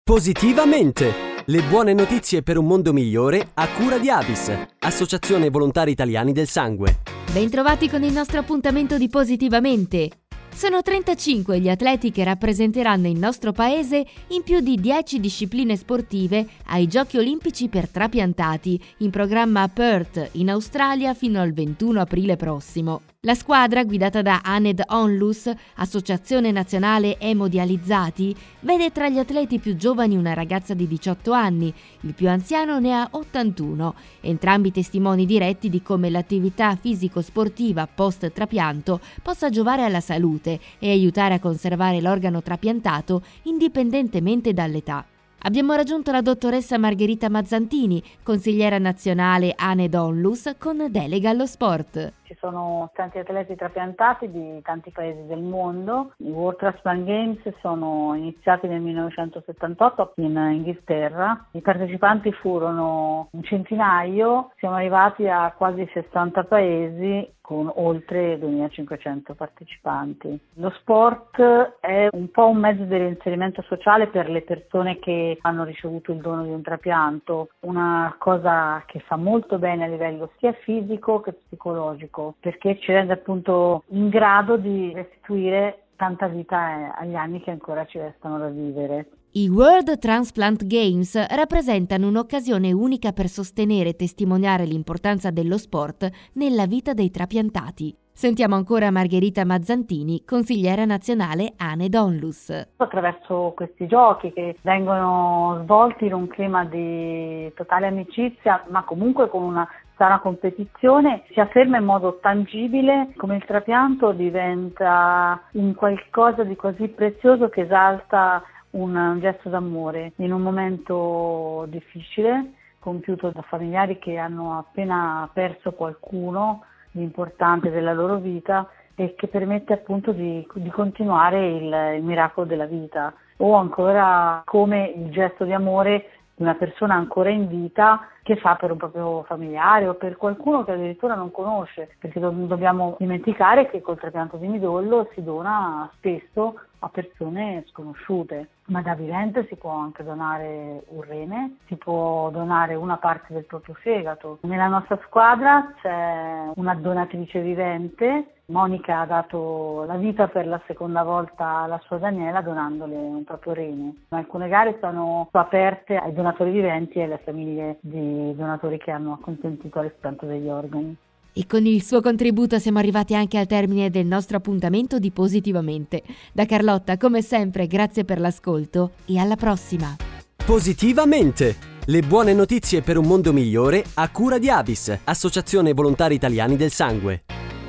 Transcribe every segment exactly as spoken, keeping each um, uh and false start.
Positivamente! Le buone notizie per un mondo migliore a cura di Avis, Associazione Volontari Italiani del Sangue. Bentrovati con il nostro appuntamento di Positivamente. Sono trentacinque gli atleti che rappresenteranno il nostro paese in più di dieci discipline sportive ai Giochi Olimpici per trapiantati, in programma a Perth, in Australia, fino al ventuno aprile prossimo. La squadra, guidata da Aned Onlus, Associazione Nazionale Emodializzati, vede tra gli atleti più giovani una ragazza di diciotto anni, il più anziano ne ha ottantuno, entrambi testimoni diretti di come l'attività fisico-sportiva post-trapianto possa giovare alla salute e aiutare a conservare l'organo trapiantato indipendentemente dall'età. Abbiamo raggiunto la dottoressa Margherita Mazzantini, consigliera nazionale Aned Onlus con delega allo sport. Ci sono tanti atleti trapiantati di tanti paesi del mondo. I World Transplant Games sono iniziati nel millenovecentosettantotto in Inghilterra. I partecipanti furono un centinaio, siamo arrivati a quasi sessanta paesi con oltre duemilacinquecento partecipanti. Lo sport è un po' un mezzo di reinserimento sociale per le persone che hanno ricevuto il dono di un trapianto, una cosa che fa molto bene a livello sia fisico che psicologico, perché ci rende appunto in grado di restituire tanta vita agli anni che ancora ci restano da vivere. I World Transplant Games rappresentano un'occasione unica per sostenere e testimoniare l'importanza dello sport nella vita dei trapiantati. Sentiamo ancora Margherita Mazzantini, consigliera nazionale Aned Onlus. Attraverso questi giochi che vengono svolti in un clima di totale amicizia, ma comunque con una sana competizione, si afferma in modo tangibile come il trapianto diventa un qualcosa di così prezioso che esalta un, un gesto d'amore in un momento difficile, compiuto da familiari che hanno appena perso qualcuno di importante della loro vita e che permette appunto di, di continuare il, il miracolo della vita, o ancora come il gesto di amore di una persona ancora in vita che fa per un proprio familiare o per qualcuno che addirittura non conosce, perché non dobbiamo dimenticare che col trapianto di midollo si dona spesso a persone sconosciute, ma da vivente si può anche donare un rene, si può donare una parte del proprio fegato. Nella nostra squadra c'è una donatrice vivente. Monica ha dato la vita per la seconda volta alla sua Daniela donandole un proprio rene. Alcune gare sono aperte ai donatori viventi e alle famiglie di donatori che hanno acconsentito all'espanso degli organi. E con il suo contributo siamo arrivati anche al termine del nostro appuntamento di Positivamente. Da Carlotta, come sempre, grazie per l'ascolto e alla prossima. Positivamente! Le buone notizie per un mondo migliore a cura di Avis, Associazione Volontari Italiani del Sangue.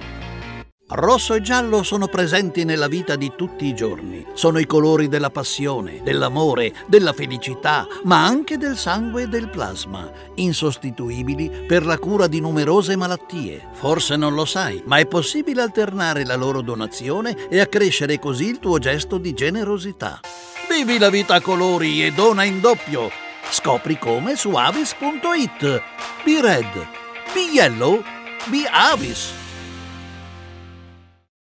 Rosso e giallo sono presenti nella vita di tutti i giorni. Sono i colori della passione, dell'amore, della felicità, ma anche del sangue e del plasma, insostituibili per la cura di numerose malattie. Forse non lo sai, ma è possibile alternare la loro donazione e accrescere così il tuo gesto di generosità. Vivi la vita a colori e dona in doppio. Scopri come su avis punto it. Be red, be yellow, be Avis.